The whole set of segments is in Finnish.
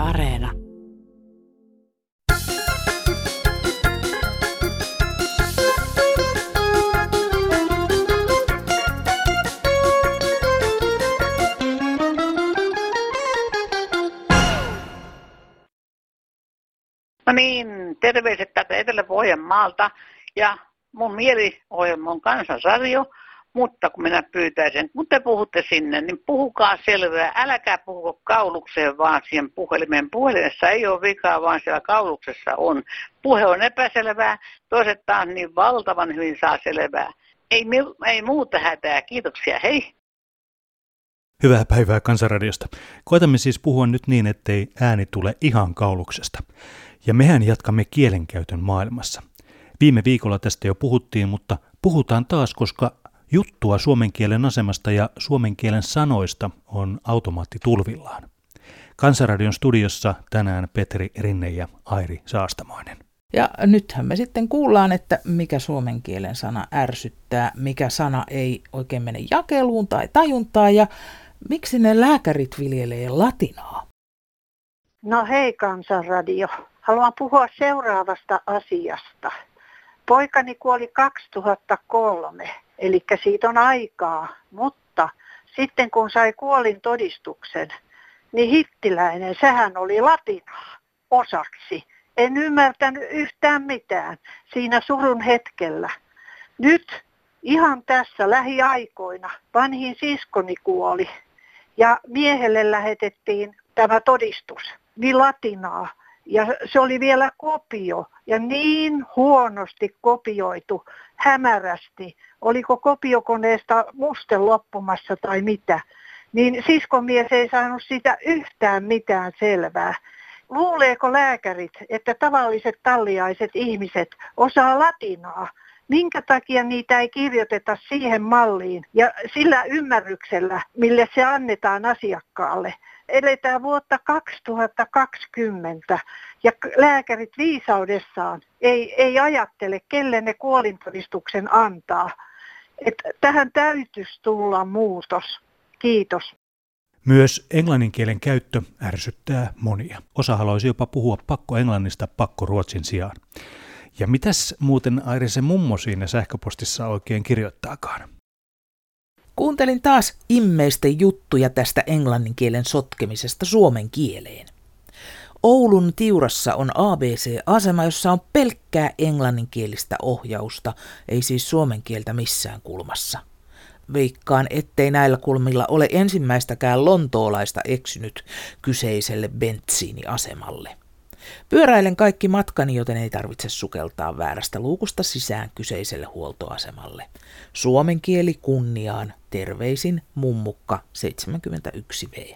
Areena. No niin, terveiset täältä Etelä-Pohjanmaalta ja mun mieliohjelma on Kansanradio, mutta kun minä pyytäisin, kun te puhutte sinne, niin puhukaa selvää, älkää puhuko kaulukseen vaan siihen puhelimeen. Puhelimessa ei ole vikaa, vaan siellä kauluksessa on. Puhe on epäselvää, toiset taas niin valtavan hyvin saa selvää. Ei muuta hätää, kiitoksia, hei! Hyvää päivää Kansanradiosta. Koetamme siis puhua nyt niin, ettei ääni tule ihan kauluksesta. Ja mehän jatkamme kielenkäytön maailmassa. Viime viikolla tästä jo puhuttiin, mutta puhutaan taas, koska juttua suomen kielen asemasta ja suomen kielen sanoista on automaattitulvillaan. Kansanradion studiossa tänään Petri Rinne ja Airi Saastamoinen. Ja nythän me sitten kuullaan, että mikä suomen kielen sana ärsyttää, mikä sana ei oikein mene jakeluun tai tajuntaan ja miksi ne lääkärit viljelee latinaa. No hei Kansanradio. Haluan puhua seuraavasta asiasta. Poikani kuoli 2003, eli siitä on aikaa, mutta sitten kun sai kuolintodistuksen, niin hittiläinen, sehän oli latinaa osaksi. En ymmärtänyt yhtään mitään siinä surun hetkellä. Nyt ihan tässä lähiaikoina vanhin siskoni kuoli ja miehelle lähetettiin tämä todistus, niin latinaa. Ja se oli vielä kopio ja niin huonosti kopioitu, hämärästi. Oliko kopiokoneesta muste loppumassa tai mitä. Niin siskomies ei saanut siitä yhtään mitään selvää. Luuleeko lääkärit, että tavalliset talliaiset ihmiset osaa latinaa? Minkä takia niitä ei kirjoiteta siihen malliin ja sillä ymmärryksellä, mille se annetaan asiakkaalle? Eletään vuotta 2020 ja lääkärit viisaudessaan ei ajattele, kelle ne kuolintodistuksen antaa. Että tähän täytyisi tulla muutos. Kiitos. Myös englannin kielen käyttö ärsyttää monia. Osa haluaisi jopa puhua pakkoenglannista pakkoruotsin sijaan. Ja mitäs muuten Airi se mummo siinä sähköpostissa oikein kirjoittaakaan? Kuuntelin taas immeisten juttuja tästä englannin kielen sotkemisesta suomen kieleen. Oulun Tiurassa on ABC-asema, jossa on pelkkää englanninkielistä ohjausta, ei siis suomen kieltä missään kulmassa. Veikkaan, ettei näillä kulmilla ole ensimmäistäkään lontoolaista eksynyt kyseiselle bensiiniasemalle. Pyöräilen kaikki matkani, joten ei tarvitse sukeltaa väärästä luukusta sisään kyseiselle huoltoasemalle. Suomen kieli kunniaan. Terveisin Mummukka 71V.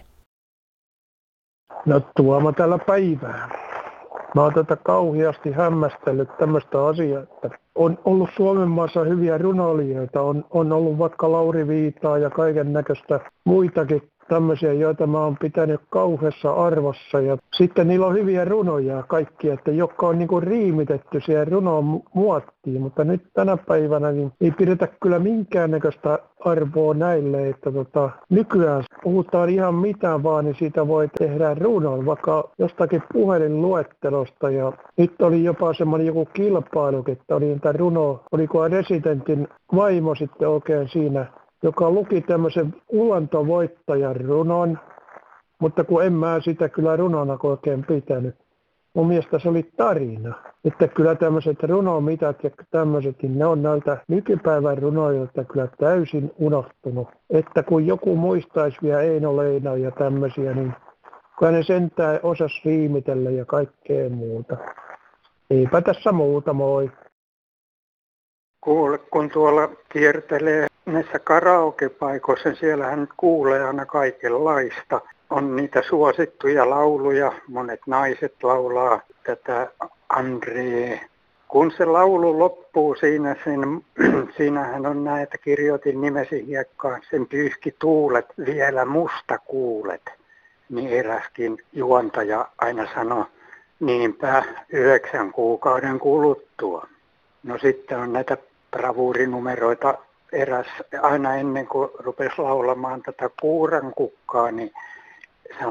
No Tuomo täällä päivää. Mä oon tätä kauheasti hämmästellyt tämmöistä asiaa, että on ollut Suomen maassa hyviä runoilijoita, on ollut vaikka Lauri Viitaa ja kaiken näköistä muitakin tämmöisiä, joita mä oon pitänyt kauheassa arvossa. Ja sitten niillä on hyviä runoja kaikki, että jotka on niin kuin riimitetty siihen runon muottiin. Mutta nyt tänä päivänä niin ei pidetä kyllä minkäännäköistä arvoa näille, että nykyään puhutaan ihan mitä vaan, niin siitä voi tehdä runon, vaikka jostakin puhelinluettelosta. Ja nyt oli jopa semmoinen joku kilpailu, että oli niitä runoa, oliko residentin vaimo sitten oikein siinä, joka luki tämmöisen ulantovoittajan runon, mutta kun en mä sitä kyllä runona oikein pitänyt. Mun mielestä se oli tarina, että kyllä tämmöiset runomitat ja tämmöiset, niin ne on näiltä nykypäivän runoilta kyllä täysin unohtunut. Että kun joku muistaisi vielä Eino Leino ja tämmöisiä, niin kyllä ne sentään osasi riimitellä ja kaikkea muuta. Eipä tässä muuta, moi. Kuule, kun tuolla kiertelee näissä karaokepaikoissa, siellähän nyt kuulee aina kaikenlaista. On niitä suosittuja lauluja, monet naiset laulaa tätä Andree. Kun se laulu loppuu siinähän on näitä, kirjoitin nimesi hiekkaan, sen pyyhki tuulet, vielä musta kuulet. Niin eräskin juontaja aina sanoi, niinpä 9 kuukauden kuluttua. No sitten on näitä bravuurinumeroita eräs aina ennen kuin rupesi laulamaan tätä kuurankukkaa, niin sanoi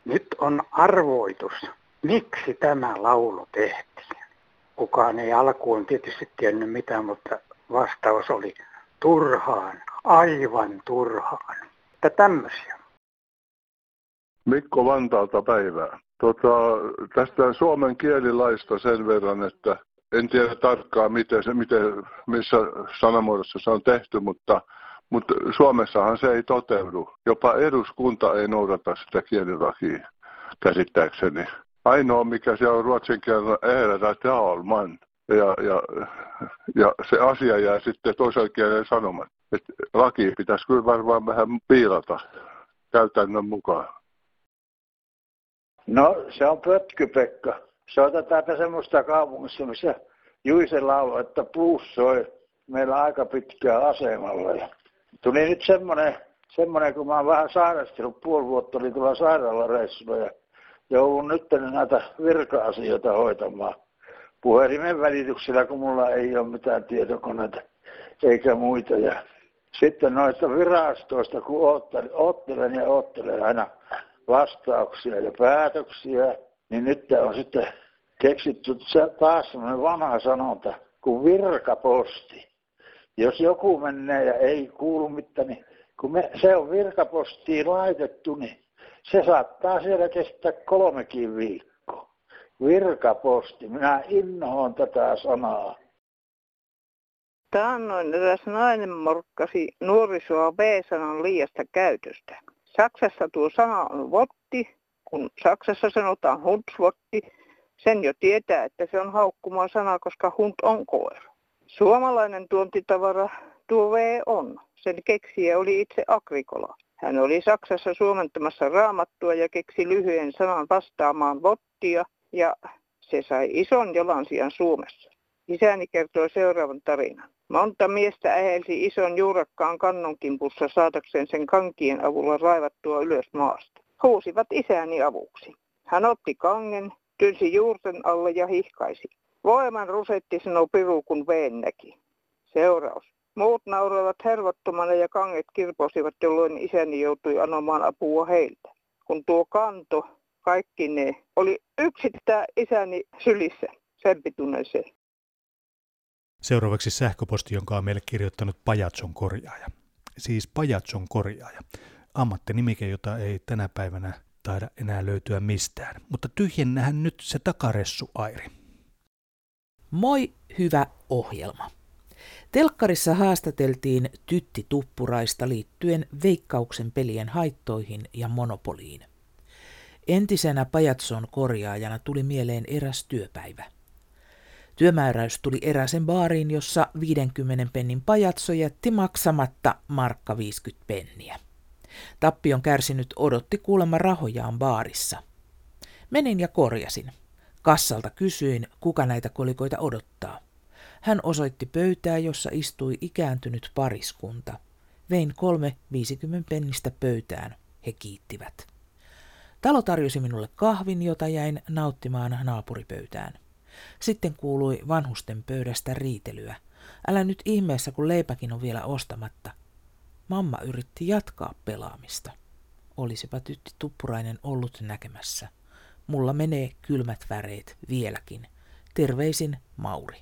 Nyt on arvoitus, miksi tämä laulu tehtiin. Kukaan ei alkuun tietysti tiennyt mitään, mutta vastaus oli turhaan, aivan turhaan. Että tämmöisiä. Mikko Vantaalta päivää. Tästä suomen kielilaista sen verran, että en tiedä tarkkaan missä sanamuodossa se on tehty, mutta Suomessahan se ei toteudu. Jopa eduskunta ei noudata sitä kielilakia käsittääkseni. Ainoa mikä siellä on ruotsin kielellä äärätä talman. Ja se asia jää sitten toisella kielellä sanomaan. Että laki pitäisi kyllä varmaan vähän piilata käytännön mukaan. No se on Pötky-Pekka. Se on tätä semmoista kaupungissa, missä Juise lauloi, että blues soi meillä aika pitkään asemalla. Ja tuli nyt semmoinen, kun mä oon vähän sairastellut puoli vuotta, oli tuolla sairaalareissulla ja joudun nyt näitä virka-asioita hoitamaan puhelimen välityksellä, kun mulla ei ole mitään tietokoneita eikä muita. Ja sitten noista virastoista, kun oottelen aina vastauksia ja päätöksiä, niin nyt on sitten keksitty taas sellainen vanha sanonta kuin virkaposti. Jos joku menee ja ei kuulu mitään, niin kun se on virkapostiin laitettu, niin se saattaa siellä kestää 3 viikkoa. Virkaposti. Minä inhoon tätä sanaa. Taannoin eräs nainen morkkasi nuorisoa B-sanan liiasta käytöstä. Saksassa tuo sana on votti, kun Saksassa sanotaan hundsvotti. Sen jo tietää, että se on haukkuma sana, koska hund on koira. Suomalainen tuontitavara tuo V on. Sen keksijä oli itse Agricola. Hän oli Saksassa suomentamassa raamattua ja keksi lyhyen sanan vastaamaan vottia ja se sai ison jalansijan Suomessa. Isäni kertoi seuraavan tarinan. Monta miestä ähelsi ison juurakkaan kannonkimpussa saadakseen sen kankien avulla raivattua ylös maasta. Huusivat isäni avuksi. Hän otti kangen, tylsi juurten alle ja hihkaisi. Voiman rusetti, sanoi piru, kun veen näki. Seuraus. Muut nauroivat hervottomana ja kanget kirposivat, jolloin isäni joutui anomaan apua heiltä. Kun tuo kanto, kaikki ne, oli yksittää isäni sylissä. Sen pituinen se. Seuraavaksi sähköposti, jonka on meille kirjoittanut Pajatson korjaaja. Siis Pajatson korjaaja. Ammattinimike, jota ei tänä päivänä taida enää löytyä mistään. Mutta tyhjennähän nyt se takaressu, Airi. Moi, hyvä ohjelma. Telkkarissa haastateltiin Tytti Tuppuraista liittyen Veikkauksen pelien haittoihin ja monopoliin. Entisenä Pajatson korjaajana tuli mieleen eräs työpäivä. Työmääräys tuli eräsen baariin, jossa 50 pennin pajatso jätti maksamatta markka 50 penniä. Tappion kärsinyt odotti kuulemma rahojaan baarissa. Menin ja korjasin. Kassalta kysyin, kuka näitä kolikoita odottaa. Hän osoitti pöytää, jossa istui ikääntynyt pariskunta. Vein 3 50 pennistä pöytään. He kiittivät. Talo tarjosi minulle kahvin, jota jäin nauttimaan naapuripöytään. Sitten kuului vanhusten pöydästä riitelyä. Älä nyt ihmeessä, kun leipäkin on vielä ostamatta. Mamma yritti jatkaa pelaamista. Olisipa Tytti Tuppurainen ollut näkemässä. Mulla menee kylmät väreet vieläkin. Terveisin Mauri.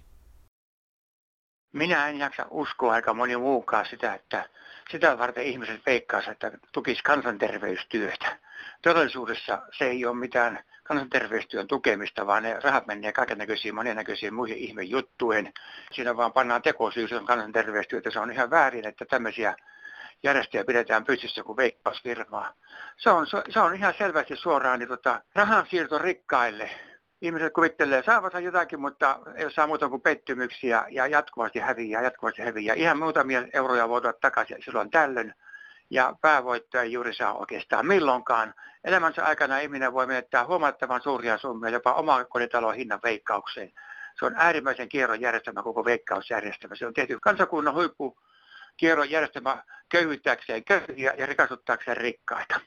Minä en jaksa uskoa aika moni muukaan sitä, että sitä varten ihmiset veikkaisivat, että tukisi kansanterveystyötä. Todellisuudessa se ei ole mitään kansanterveystyön tukemista, vaan ne rahat menee kaikennäköisiin, monennäköisiin muihin ihmejuttuihin. Siinä vaan pannaan tekosyys kansanterveystyötä. Se on ihan väärin, että tämmöisiä järjestöjä pidetään pystyssä kuin veikkausfirmaa. Se on ihan selvästi suoraan rahansiirto rikkaille. Ihmiset kuvittelee saavansa jotakin, mutta ei saa muuta kuin pettymyksiä ja jatkuvasti häviää. Ihan muutamia euroja voi tuoda takaisin silloin tällöin. Ja päävoittoa ei juuri saa oikeastaan milloinkaan. Elämänsä aikana ihminen voi menettää huomattavan suuria summia jopa oman kotitalon hinnan veikkaukseen. Se on äärimmäisen kierron järjestelmä, koko veikkausjärjestelmä. Se on tehty kansakunnan huippukierron järjestelmä köyhyttääkseen köyhiä ja rikastuttaakseen rikkaita.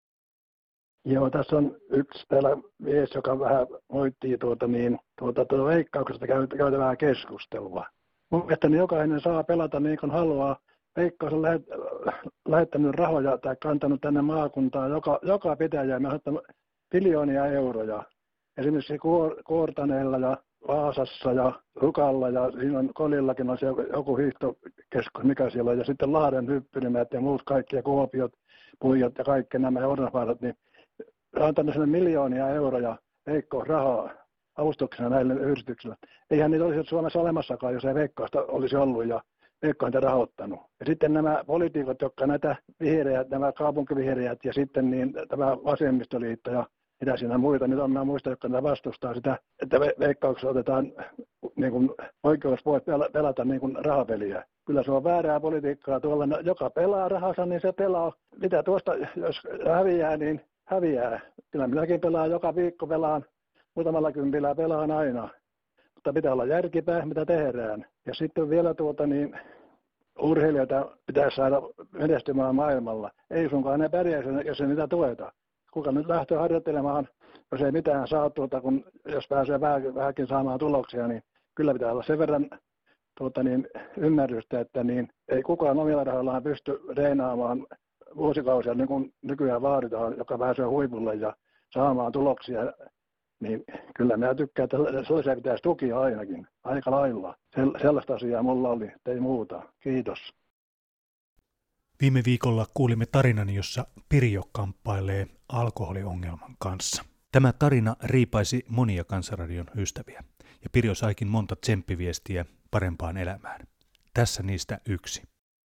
Joo, tässä on yksi täällä mies, joka vähän moittii veikkauksesta käytävää keskustelua. Mun mielestäni jokainen saa pelata niin kuin haluaa. Veikkaus on lähettänyt rahoja tai kantanut tänne maakuntaan joka pitäjään. Me on ottanut miljoonia euroja. Esimerkiksi Kuortaneella ja Vaasassa ja Rukalla ja siinä on Kolillakin on siellä joku hiihtokeskus, mikä siellä on. Ja sitten Lahden hyppynimet ja muut kaikki ja Kuopiot, Puijat ja kaikki nämä Ornafaarat, niin on antanut sinne miljoonia euroja Veikkausrahaa avustuksena näille yhdistyksille. Eihän niitä olisi Suomessa olemassakaan, jos ei Veikkausta olisi ollut ja Veikkaus niitä rahoittanut. Ja sitten nämä poliitikot, jotka näitä vihreät, nämä kaupunkivihreät ja sitten niin tämä vasemmistoliitto ja mitä siinä muita, nyt on muista, jotka vastustaa sitä, että Veikkauksessa otetaan niin kuin oikeus pois pelata niin kuin rahapeliä. Kyllä se on väärää politiikkaa tuolla, joka pelaa rahansa, niin se pelaa. Mitä tuosta, jos häviää, niin häviää. Kyllä minäkin pelaan, joka viikko pelaan, muutamalla kympillä pelaan aina. Mutta pitää olla järkipää, mitä tehdään. Ja sitten vielä urheilijoita pitää saada menestymään maailmalla. Ei sunkaan ne pärjäisi, jos ei niitä tueta. Kuka nyt lähtee harjoittelemaan, jos ei mitään saa kun jos pääsee vähänkin saamaan tuloksia, niin kyllä pitää olla sen verran ymmärrystä, että ei kukaan omilla rahoillaan pysty reenaamaan vuosikausia niin kuin nykyään vaaditaan, joka pääsee huipulle ja saamaan tuloksia. Niin kyllä minä tykkään, että sellaisia pitäisi tukia ainakin, aika lailla. Sellaista asiaa mulla oli, ei muuta. Kiitos. Viime viikolla kuulimme tarinan, jossa Pirjo kamppailee alkoholiongelman kanssa. Tämä tarina riipaisi monia Kansanradion ystäviä, ja Pirjo saikin monta tsemppiviestiä parempaan elämään. Tässä niistä yksi.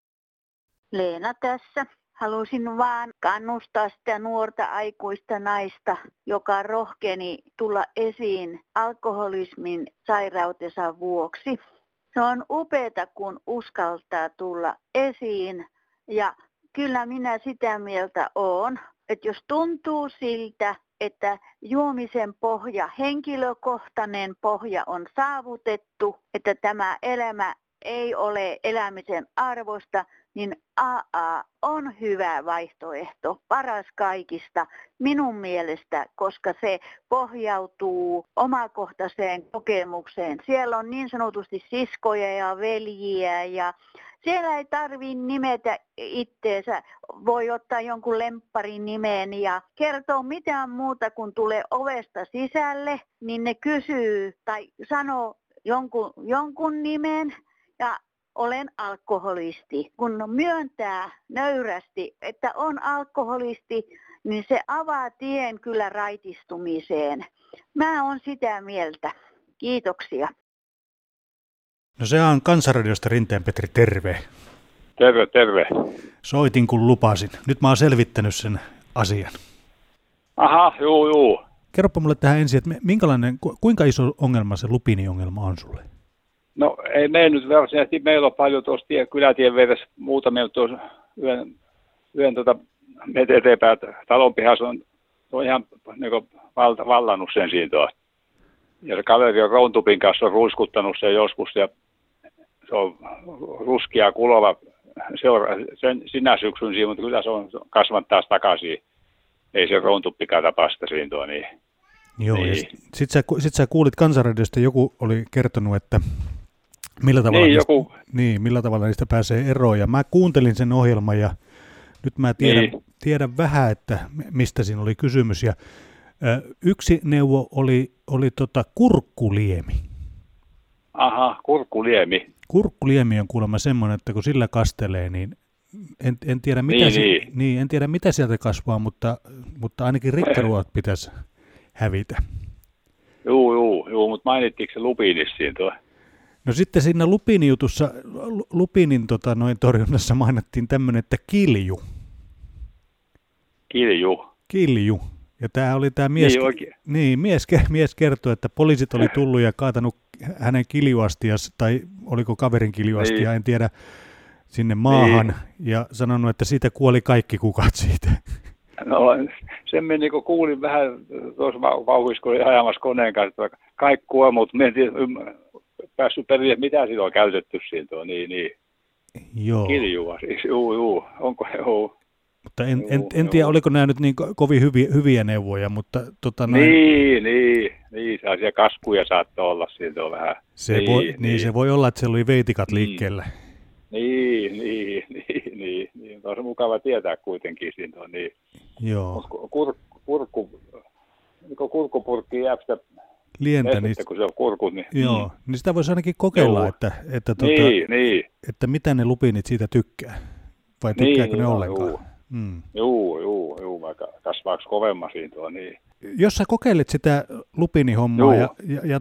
Leena tässä. Halusin vaan kannustaa sitä nuorta aikuista naista, joka rohkeni tulla esiin alkoholismin sairautensa vuoksi. Se on upeata, kun uskaltaa tulla esiin ja kyllä minä sitä mieltä olen, että jos tuntuu siltä, että juomisen pohja, henkilökohtainen pohja on saavutettu, että tämä elämä ei ole elämisen arvosta, niin AA on hyvä vaihtoehto, paras kaikista minun mielestä, koska se pohjautuu omakohtaiseen kokemukseen. Siellä on niin sanotusti siskoja ja veljiä ja siellä ei tarvitse nimetä itteensä, voi ottaa jonkun lempparin nimen ja kertoo mitään muuta kuin tulee ovesta sisälle, niin ne kysyy tai sanoo jonkun nimen ja olen alkoholisti. Kun myöntää nöyrästi, että on alkoholisti, niin se avaa tien kyllä raitistumiseen. Mä oon sitä mieltä. Kiitoksia. No se on Kansanradiosta Rinteen Petri, terve. Terve, terve. Soitin kun lupasin. Nyt mä oon selvittänyt sen asian. Aha, juu. Kerropa mulle tähän ensin, että kuinka iso ongelma se lupiiniongelma on sulle? No ei me nyt varsinaisesti, meillä on paljon tuossa kylätien vieressä muutamia tuossa yhden eteenpäin, talon pihassa on ihan niin vallannut sen siinä tuossa. Ja se kaveri on Rontupin kanssa on ruiskuttanut sen joskus ja se on ruskea kulova sinä syksyn siinä, mutta kyllä se on kasvanut taas takaisin. Ei se Rontuppikaan tapasta siinä tuo niin. Joo, niin. Ja sit sä kuulit Kansanradiosta, joku oli kertonut, että millä tavalla niistä pääsee eroon. Ja mä kuuntelin sen ohjelman ja nyt mä tiedän vähän, että mistä siinä oli kysymys. Ja yksi neuvo oli kurkkuliemi. Aha, kurkkuliemi. Kurkkuliemi on kuulemma semmoinen, että kun sillä kastelee, niin en tiedä mitä sieltä kasvaa, mutta ainakin rikkaruot pitäisi hävitä. Joo, mutta mainittiinko se lupiinis siinä tuo? No sitten siinä lupiinijutussa, lupiinin torjunnassa mainittiin tämmöinen, että kilju. Kilju. Ja tämä oli tämä mies, mies kertoi, että poliisit oli tullut ja kaatanut hänen kiljuastias, tai oliko kaverin kiljuastia, en tiedä, sinne maahan, ja sanonut, että siitä kuoli kaikki kukat siitä. No sen minä niin kuulin vähän tuossa vauhissa, kun olin ajamassa koneen kanssa, että kaikki kuoli, mutta minä en tiedä, päässyt perille, mitä siitä on käytetty siinä tuo, niin. Joo. Kiljua siis, juu, onko joo. Mutta en tiedä, oliko nämä nyt niin kovin hyviä neuvoja, mutta Niin, sellaisia kaskuja saattoi olla, siitä on vähän. Se voi olla, että siellä oli veitikat liikkeellä. Niin. On se mukava tietää kuitenkin siitä on niin. Joo. Kurkkupurkki jääpä sitä lientä, niin, kun se on kurkut, niin... Joo, niin sitä voisi ainakin kokeilla, että mitä ne lupinit siitä tykkää, vai tykkääkö ne ollenkaan? Joo, vaikka kasvaako kovemmin siitä on, niin. Jos sä kokeilet sitä lupinihommaa ja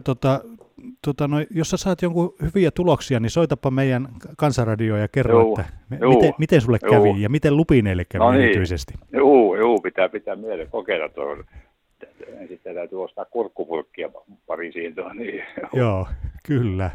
jos sä saat jonkun hyviä tuloksia, niin soitapa meidän Kansanradioon ja kerro, että miten sulle kävi ja miten lupineille kävi erityisesti. Joo, pitää mieleen kokeilla tuohon. Sitten täytyy ostaa kurkkupurkkia pari siitä. Niin. Joo, kyllä.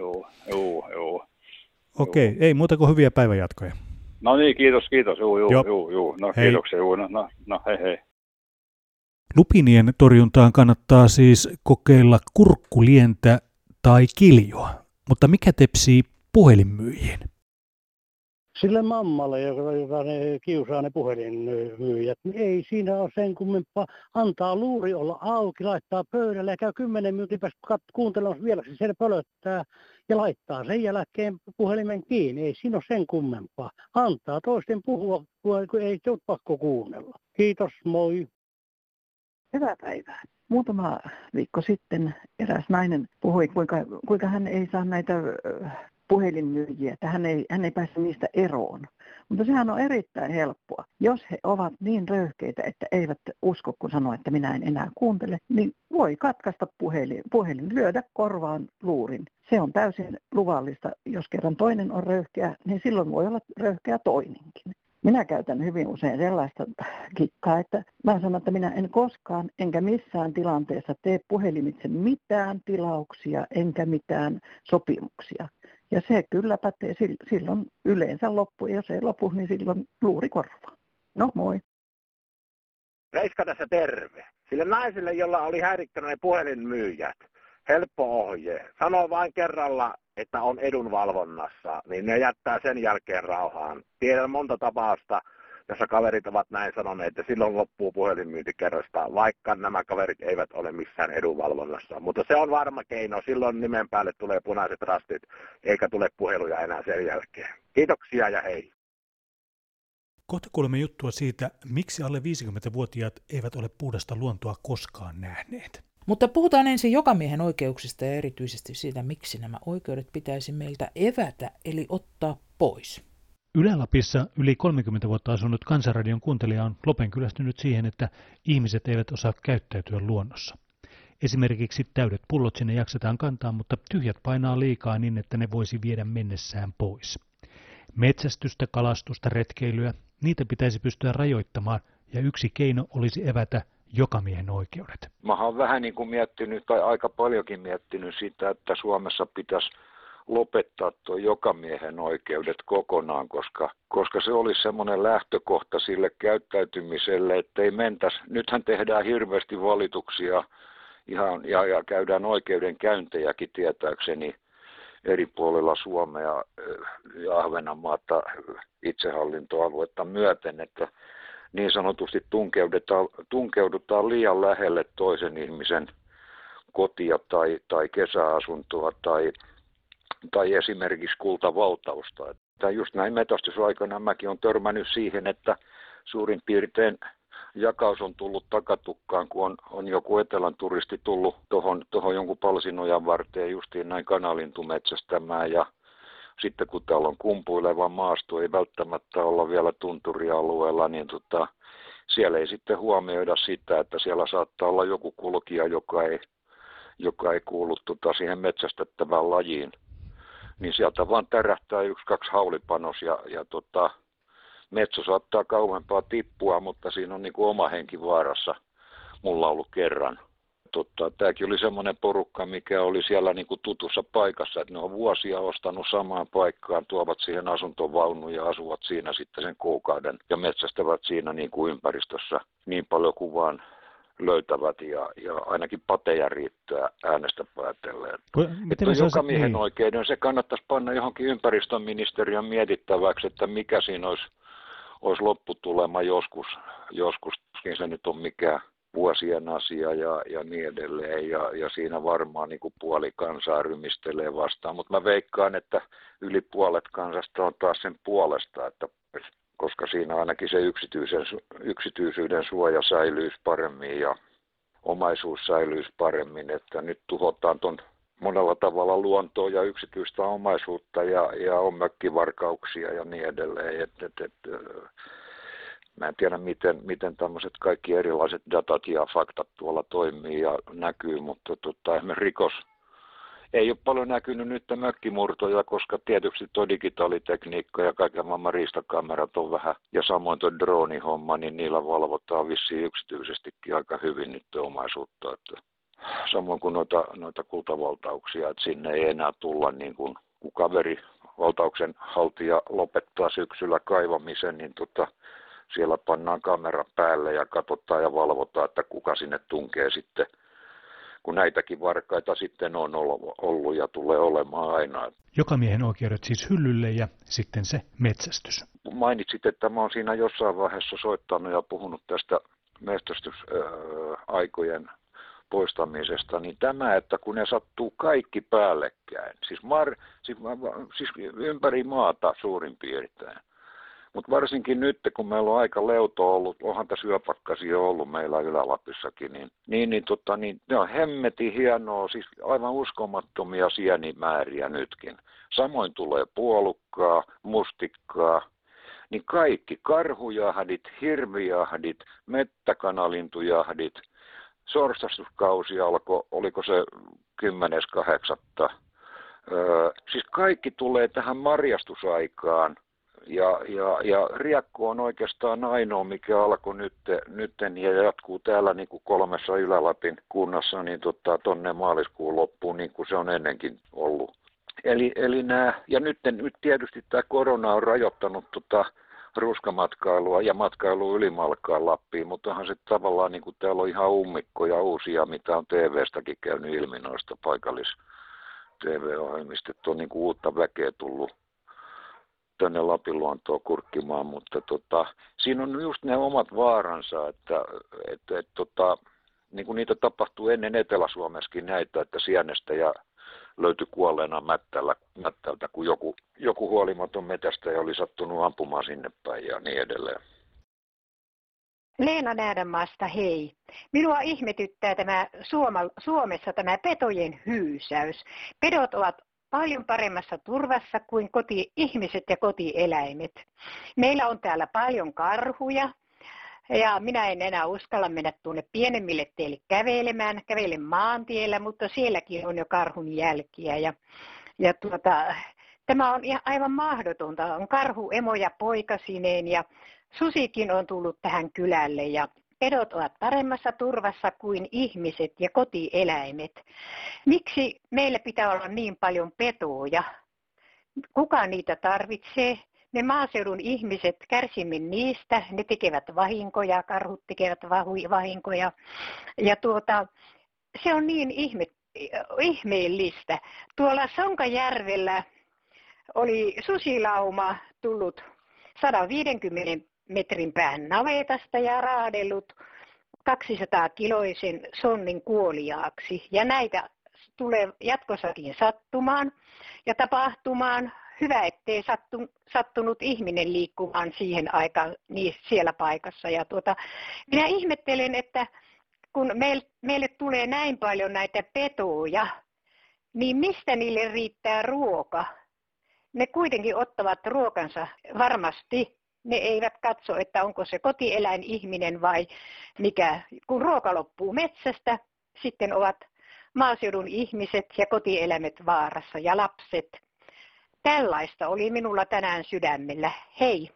Joo. Okei, ei muuta kuin hyviä päivänjatkoja. No niin, kiitos. Joo. No hei. Kiitoksia. No hei. Lupinien torjuntaan kannattaa siis kokeilla kurkkulientä tai kiljoa, mutta mikä tepsii puhelinmyyjien? Sille mammalle, joka ne kiusaa ne puhelinmyyjät, niin ei siinä ole sen kummempaa. Antaa luuri olla auki, laittaa pöydälle ja käy 10 minuutin päästä kuuntelemassa vielä, se siellä pölöttää ja laittaa sen jälkeen puhelimen kiinni. Ei siinä ole sen kummempaa. Antaa toisten puhua, kun ei ole pakko kuunnella. Kiitos, moi. Hyvää päivää. Muutama viikko sitten eräs nainen puhui, kuinka hän ei saa näitä puhelinmyyjiä, että hän ei pääse niistä eroon. Mutta sehän on erittäin helppoa. Jos he ovat niin röyhkeitä, että eivät usko, kun sanoo, että minä en enää kuuntele, niin voi katkaista puhelin, lyödä korvaan luurin. Se on täysin luvallista. Jos kerran toinen on röyhkeä, niin silloin voi olla röyhkeä toinenkin. Minä käytän hyvin usein sellaista kikkaa, että mä sanon, että minä en koskaan enkä missään tilanteessa tee puhelimitse mitään tilauksia enkä mitään sopimuksia. Ja se kyllä pätee silloin yleensä loppu, ja jos ei lopu, niin silloin luuri korvaa. No moi. Reiska tässä terve. Sille naiselle, jolla oli häirittänyt ne puhelinmyyjät, helppo ohje. Sano vain kerralla, että on edunvalvonnassa, niin ne jättää sen jälkeen rauhaan. Tiedän monta tapausta, jossa kaverit ovat näin sanoneet, että silloin loppuu puhelinmyynti kerrasta, vaikka nämä kaverit eivät ole missään edunvalvonnassa. Mutta se on varma keino, silloin nimen päälle tulee punaiset rastit, eikä tule puheluja enää sen jälkeen. Kiitoksia ja hei. Kohta kuulemme juttua siitä, miksi alle 50-vuotiaat eivät ole puhdasta luontoa koskaan nähneet. Mutta puhutaan ensin jokamiehen oikeuksista ja erityisesti siitä, miksi nämä oikeudet pitäisi meiltä evätä, eli ottaa pois. Ylä-Lapissa yli 30 vuotta asunut Kansanradion kuuntelija on lopen kyllästynyt siihen, että ihmiset eivät osaa käyttäytyä luonnossa. Esimerkiksi täydet pullot sinne jaksetaan kantaa, mutta tyhjät painaa liikaa niin, että ne voisi viedä mennessään pois. Metsästystä, kalastusta, retkeilyä, niitä pitäisi pystyä rajoittamaan ja yksi keino olisi evätä jokamiehen oikeudet. Mä oon vähän niin kuin miettinyt, tai aika paljonkin miettinyt sitä, että Suomessa pitäisi lopettaa tuo jokamiehen oikeudet kokonaan, koska se olisi semmoinen lähtökohta sille käyttäytymiselle, ettei mentäisi. Nythän tehdään hirveästi valituksia ja käydään oikeudenkäyntejäkin tietääkseni eri puolilla Suomea ja Ahvenanmaata itsehallintoaluetta myöten, että niin sanotusti tunkeudutaan liian lähelle toisen ihmisen kotia tai kesäasuntoa tai esimerkiksi kultavaltausta. Tai just näin metsästysaikana mäkin olen törmännyt siihen, että suurin piirtein jakaus on tullut takatukkaan, kun on joku etelän turisti tullut tuohon jonkun palsinojan varteen justiin näin kanalintumetsästämään ja sitten kun täällä on kumpuileva maasto, ei välttämättä olla vielä tunturialueella, niin siellä ei sitten huomioida sitä, että siellä saattaa olla joku kulkija, joka ei kuulu siihen metsästettävään lajiin. Niin sieltä vaan tärähtää 1-2 haulipanos ja metsä saattaa kauempaa tippua, mutta siinä on niin kuin oma henki vaarassa. Mulla on ollut kerran. Tämäkin oli semmoinen porukka, mikä oli siellä niin kuin tutussa paikassa, että ne on vuosia ostanut samaan paikkaan, tuovat siihen asuntovaunun ja asuvat siinä sitten sen kuukauden ja metsästävät siinä niin kuin ympäristössä niin paljon kuin vaan löytävät ja ainakin pateja riittää äänestä päätelleen. Jokamiehen oikeuden se kannattaisi panna johonkin ympäristöministeriön mietittäväksi, että mikä siinä olisi lopputulema joskus, se nyt on mikään vuosien asia ja niin edelleen. Ja siinä varmaan niin kuin puoli kansaa rymistelee vastaan. Mutta mä veikkaan, että yli puolet kansasta on taas sen puolesta, että koska siinä ainakin se yksityisyyden suoja säilyisi paremmin ja omaisuus säilyisi paremmin, että nyt tuhotaan ton monella tavalla luontoa ja yksityistä omaisuutta ja on mökkivarkauksia ja niin edelleen. Mä en tiedä, miten tämmöiset kaikki erilaiset datat ja faktat tuolla toimii ja näkyy, mutta esimerkiksi ei ole paljon näkynyt nyt mökkimurtoja, koska tietysti tuo digitaalitekniikka ja kaiken maailman riistakamerat on vähän, ja samoin tuo droonihomma, niin niillä valvotaan vissiin yksityisestikin aika hyvin nyt omaisuutta. Että samoin kuin noita kultavaltauksia, että sinne ei enää tulla niin kuin kun kaveri valtauksen haltija lopettaa syksyllä kaivamisen, niin siellä pannaan kamera päälle ja katsotaan ja valvotaan, että kuka sinne tunkee sitten, kun näitäkin varkaita sitten on ollut ja tulee olemaan aina. Jokamiehen oikeudet siis hyllylle ja sitten se metsästys. Mainitsit, että mä oon siinä jossain vaiheessa soittanut ja puhunut tästä metsästysaikojen poistamisesta, niin tämä, että kun ne sattuu kaikki päällekkäin, siis ympäri maata suurin piirtein, mutta varsinkin nyt, kun meillä on aika leuto ollut, onhan tässä yöpakkasia ollut meillä Ylä-Lapissakin, niin ne on hemmetin hienoa, siis aivan uskomattomia sienimääriä nytkin. Samoin tulee puolukkaa, mustikkaa, niin kaikki karhujahdit, hirvijahdit, mettäkanalintujahdit, sorsastuskausi alkoi, oliko se 10.8. Siis kaikki tulee tähän marjastusaikaan. Ja riekko on oikeastaan ainoa, mikä alkoi nytten ja jatkuu täällä niin kuin 3 Ylä-Lapin kunnassa niin tonne maaliskuun loppuun, niin kuin se on ennenkin ollut. Eli ja nyt tietysti tämä korona on rajoittanut ruskamatkailua ja matkailua Ylimalkaan Lappiin, mutta onhan se tavallaan niin kuin täällä on ihan ummikkoja uusia, mitä on TV-stäkin käynyt ilmi noista paikallis-TV-ohjelmista, että on niin kuin uutta väkeä tullut tänne Lapin luontoon kurkkimaan, mutta siinä on just ne omat vaaransa, että niin kuin niitä tapahtuu ennen Etelä-Suomessakin näitä, että sienestä ja löytyi kuolleena mättältä, kun joku huolimaton metästäjä oli sattunut ampumaan sinne päin ja niin edelleen. Leena Näädänmaasta, hei. Minua ihmetyttää Suomessa tämä petojen hyysäys. Pedot ovat paljon paremmassa turvassa kuin koti-ihmiset ja kotieläimet. Meillä on täällä paljon karhuja ja minä en enää uskalla mennä tuonne pienemmille teille kävelen maantiellä, mutta sielläkin on jo karhun jälkiä. Ja tämä on aivan mahdotonta. On karhu emo ja poikasineen ja susikin on tullut tähän kylälle ja pedot ovat paremmassa turvassa kuin ihmiset ja kotieläimet. Miksi meillä pitää olla niin paljon petoja? Kuka niitä tarvitsee? Me maaseudun ihmiset kärsimme niistä, ne tekevät vahinkoja, karhut tekevät vahinkoja. Ja se on niin ihmeellistä. Tuolla Sonkajärvellä oli susilauma tullut 150 metrin päähän navetasta ja raadellut 200-kiloisen sonnin kuoliaaksi. Ja näitä tulee jatkossakin sattumaan ja tapahtumaan. Hyvä, ettei sattunut ihminen liikkumaan siihen aikaan siellä paikassa. Ja minä ihmettelen, että kun meille tulee näin paljon näitä petoja, niin mistä niille riittää ruoka? Ne kuitenkin ottavat ruokansa varmasti. Ne eivät katso, että onko se kotieläin ihminen vai mikä. Kun ruoka loppuu metsästä, sitten ovat maaseudun ihmiset ja kotieläimet vaarassa ja lapset. Tällaista oli minulla tänään sydämellä. Hei!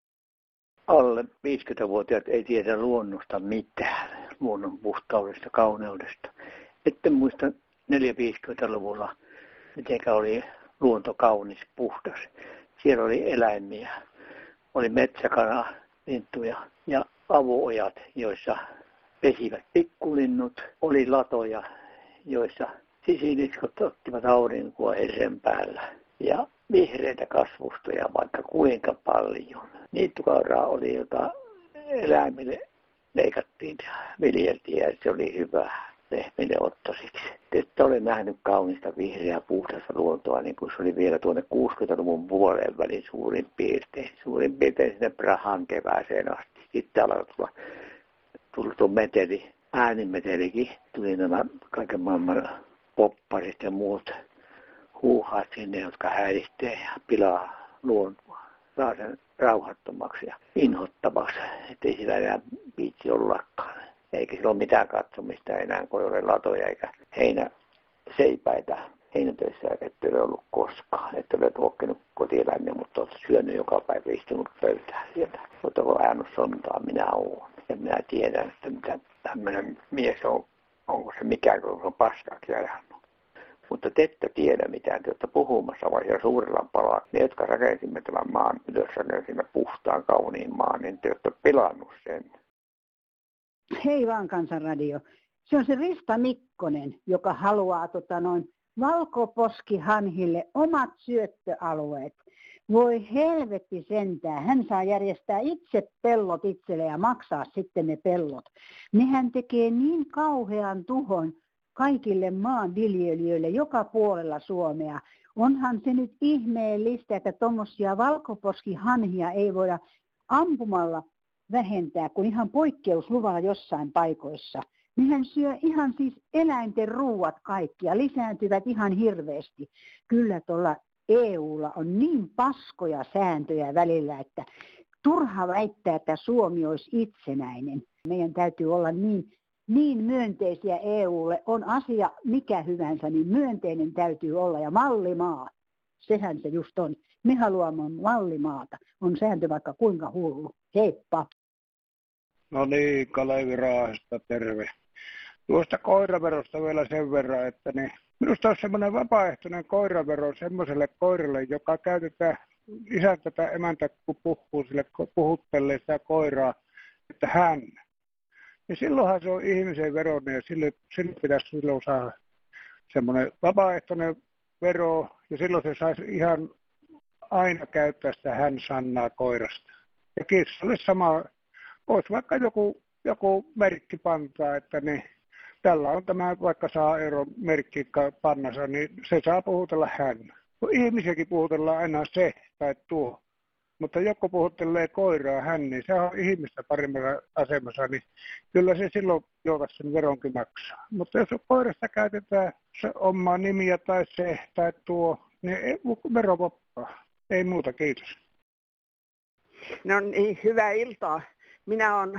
Alle 50-vuotiaat ei tiedä luonnosta mitään, luonnon puhtaudesta, kauneudesta. Etten muista 450-luvulla, miten oli luonto kaunis, puhdas. Siellä oli eläimiä, oli metsäkana, lintuja ja avoojat, joissa pesivät pikkulinnut. Oli latoja, joissa sisiliskot ottivat aurinkoa herren päällä. Ja vihreitä kasvustoja vaikka kuinka paljon. Niittukauraa oli, jota eläimille leikattiin ja viljeltiin ja se oli hyvä lehmille ottosiksi. Että olen nähnyt kaunista vihreää puhdasta luontoa, niin kuin se oli vielä tuonne 60-luvun puoleen väliin suurin piirtein sinne Prahan kevääseen asti. Sitten alkoi tulla tuo meteli, äänimetelikin, tuli nämä kaiken maailman popparit ja muut huuhaat sinne, jotka häiritsee ja pilaa luontoa, saa sen rauhattomaksi ja inhottavaksi, ettei sillä enää viitsi ollakaan. Eikä sillä ole mitään katsomista enää, kun ei ole latoja eikä heinäseipäitä heinätöissä, että ei ole ollut koskaan. Että olet ruokkinut kotieläimiä, mutta olet syönyt joka päivä, istunut pöytään sieltä. Mutta kun ajanut sontaa, minä olen. Ja minä tiedän, että mitä tämmöinen mies on, onko se mikään, kun on paskaksi ajanut. Mutta te ette tiedä mitään, te olette puhumassa vai siellä suurella palaa. Ne, jotka rakensimme tämän maan, ylös rakensimme puhtaan, kauniin maan, niin te olette pilannut sen. Hei vaan Kansanradio. Se on se Rista Mikkonen, joka haluaa valkoposkihanhille omat syöttöalueet. Voi helvetti sentään. Hän saa järjestää itse pellot itselle ja maksaa sitten ne pellot. Nehän tekee niin kauhean tuhon kaikille maanviljelijöille joka puolella Suomea. Onhan se nyt ihmeellistä, että tuommoisia valkoposkihanhia ei voida ampumalla vähentää, kun ihan poikkeusluvalla jossain paikoissa. Nehän syö ihan siis eläinten ruuat kaikki ja lisääntyvät ihan hirveästi. Kyllä tuolla EUlla on niin paskoja sääntöjä välillä, että turha väittää, että Suomi olisi itsenäinen. Meidän täytyy olla niin myönteisiä EUlle. On asia mikä hyvänsä, niin myönteinen täytyy olla ja mallimaa. Sehän se just on. Me haluamme mallimaata. On sääntö vaikka kuinka hullu. Heippa! No niin, Kalevi Raahesta, terve. Tuosta koiraverosta vielä sen verran, että minusta on semmoinen vapaaehtoinen koiravero semmoiselle koiralle, joka käytetään isäntä tai emäntä, kun puhuttelee sitä koiraa, että hän. Ja silloinhan se on ihmisen veronen ja sille pitäisi silloin saada semmoinen vapaaehtoinen vero ja silloin se saisi ihan aina käyttää sitä hän-sanaa koirasta. Ja kissalle sama, olisi vaikka joku merkki pantaa, että tällä on tämä, vaikka saa merkki pannassa, niin se saa puhutella hän. Ihmisiäkin puhutellaan aina se tai tuo. Mutta joku puhuttelee koiraa hän, niin se on ihmistä paremmassa asemassa, niin kyllä se silloin joutaa sen veronkin maksaa. Mutta jos koirasta käytetään se omaa nimiä tai se tai tuo, niin vero vappaa. Ei muuta, kiitos. No niin, hyvää iltaa. Minä olen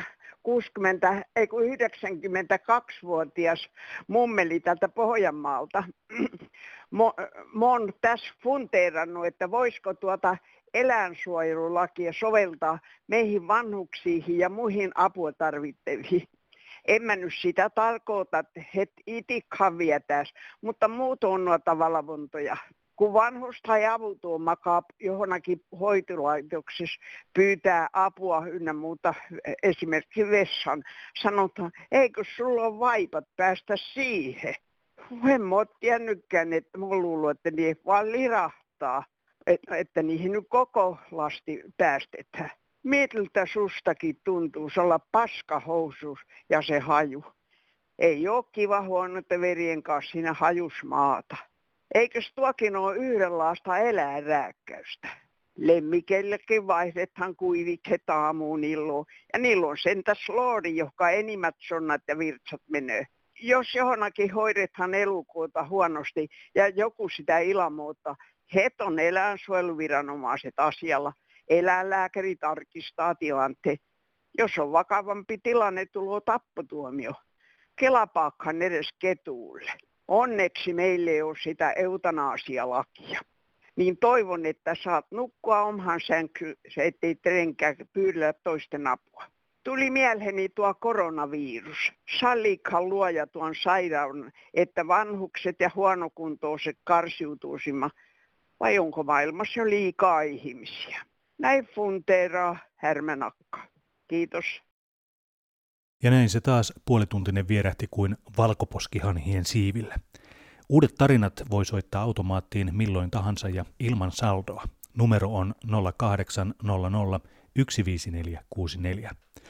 92-vuotias mummeli tältä Pohjanmaalta. Mä oon tässä funteerannut, että voisiko eläinsuojelulakia soveltaa meihin vanhuksiin ja muihin apua tarvittaviin. En mä nyt sitä tarkoita, että itikään vietäisi, mutta muut on noita valvontoja. Kun vanhus tai avuton makaa johonkin hoitolaitoksessa, pyytää apua ynnä muuta, esimerkiksi vessan, sanotaan, eikö sulla ole vaipat päästä siihen? En mä ole tiennytkään, että mä luulen, että ne vaan lirahtaa, että niihin nyt koko lasti päästetään. Miltä sustakin tuntuu olla paskahousuus ja se haju? Ei ole kiva huonoiden verien kanssa siinä hajusmaata. Eikös tuokin ole yhdenlaista eläinrääkkäystä? Lemmikeillekin vaihdethan kuivikset aamuun illoon. Ja niillä on sentäs loodi, joka enimmät sonnat ja virtsat menee. Jos johonkin hoidethan elukuota huonosti ja joku sitä ilmoittaa, on eläinsuojeluviranomaiset asialla. Eläinlääkäri tarkistaa tilanteen. Jos on vakavampi tilanne, tulee tappotuomio. Kelapaakhan edes ketuulle. Onneksi meillä ei ole sitä eutanasialakia. Niin toivon, että saat nukkua omaan sänkyyn, ettei trenkää pyydellä toisten apua. Tuli mieleeni tuo koronavirus. Salliikhan luoja tuon sairauden, että vanhukset ja huonokuntoiset karsiutuisimme, vai onko maailmassa jo liikaa ihmisiä? Näin funteeraa Härmänakka. Kiitos. Ja näin se taas puolituntinen vierähti kuin valkoposkihanhien siivillä. Uudet tarinat voi soittaa automaattiin milloin tahansa ja ilman saldoa. Numero on 0800 15464.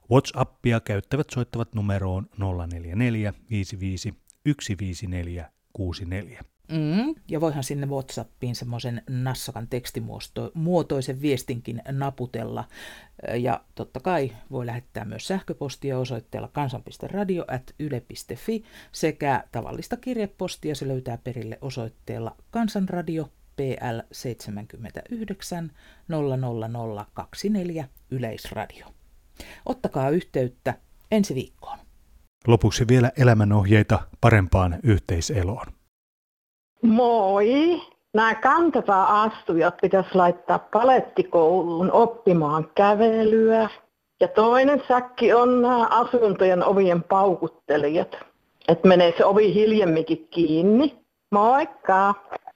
WhatsAppia käyttävät soittavat numeroon 044 55 154 64. Ja voihan sinne WhatsAppiin semmoisen nassakan tekstimuotoisen viestinkin naputella. Ja totta kai voi lähettää myös sähköpostia osoitteella kansan.radio@yle.fi sekä tavallista kirjepostia. Se löytää perille osoitteella Kansanradio PL 79 00024 Yleisradio. Ottakaa yhteyttä ensi viikkoon. Lopuksi vielä elämänohjeita parempaan yhteiseloon. Moi! Nämä kantapää-astujat pitäisi laittaa palettikouluun oppimaan kävelyä. Ja toinen säkki on nämä asuntojen ovien paukuttelijat. Että menee se ovi hiljemminkin kiinni. Moikka!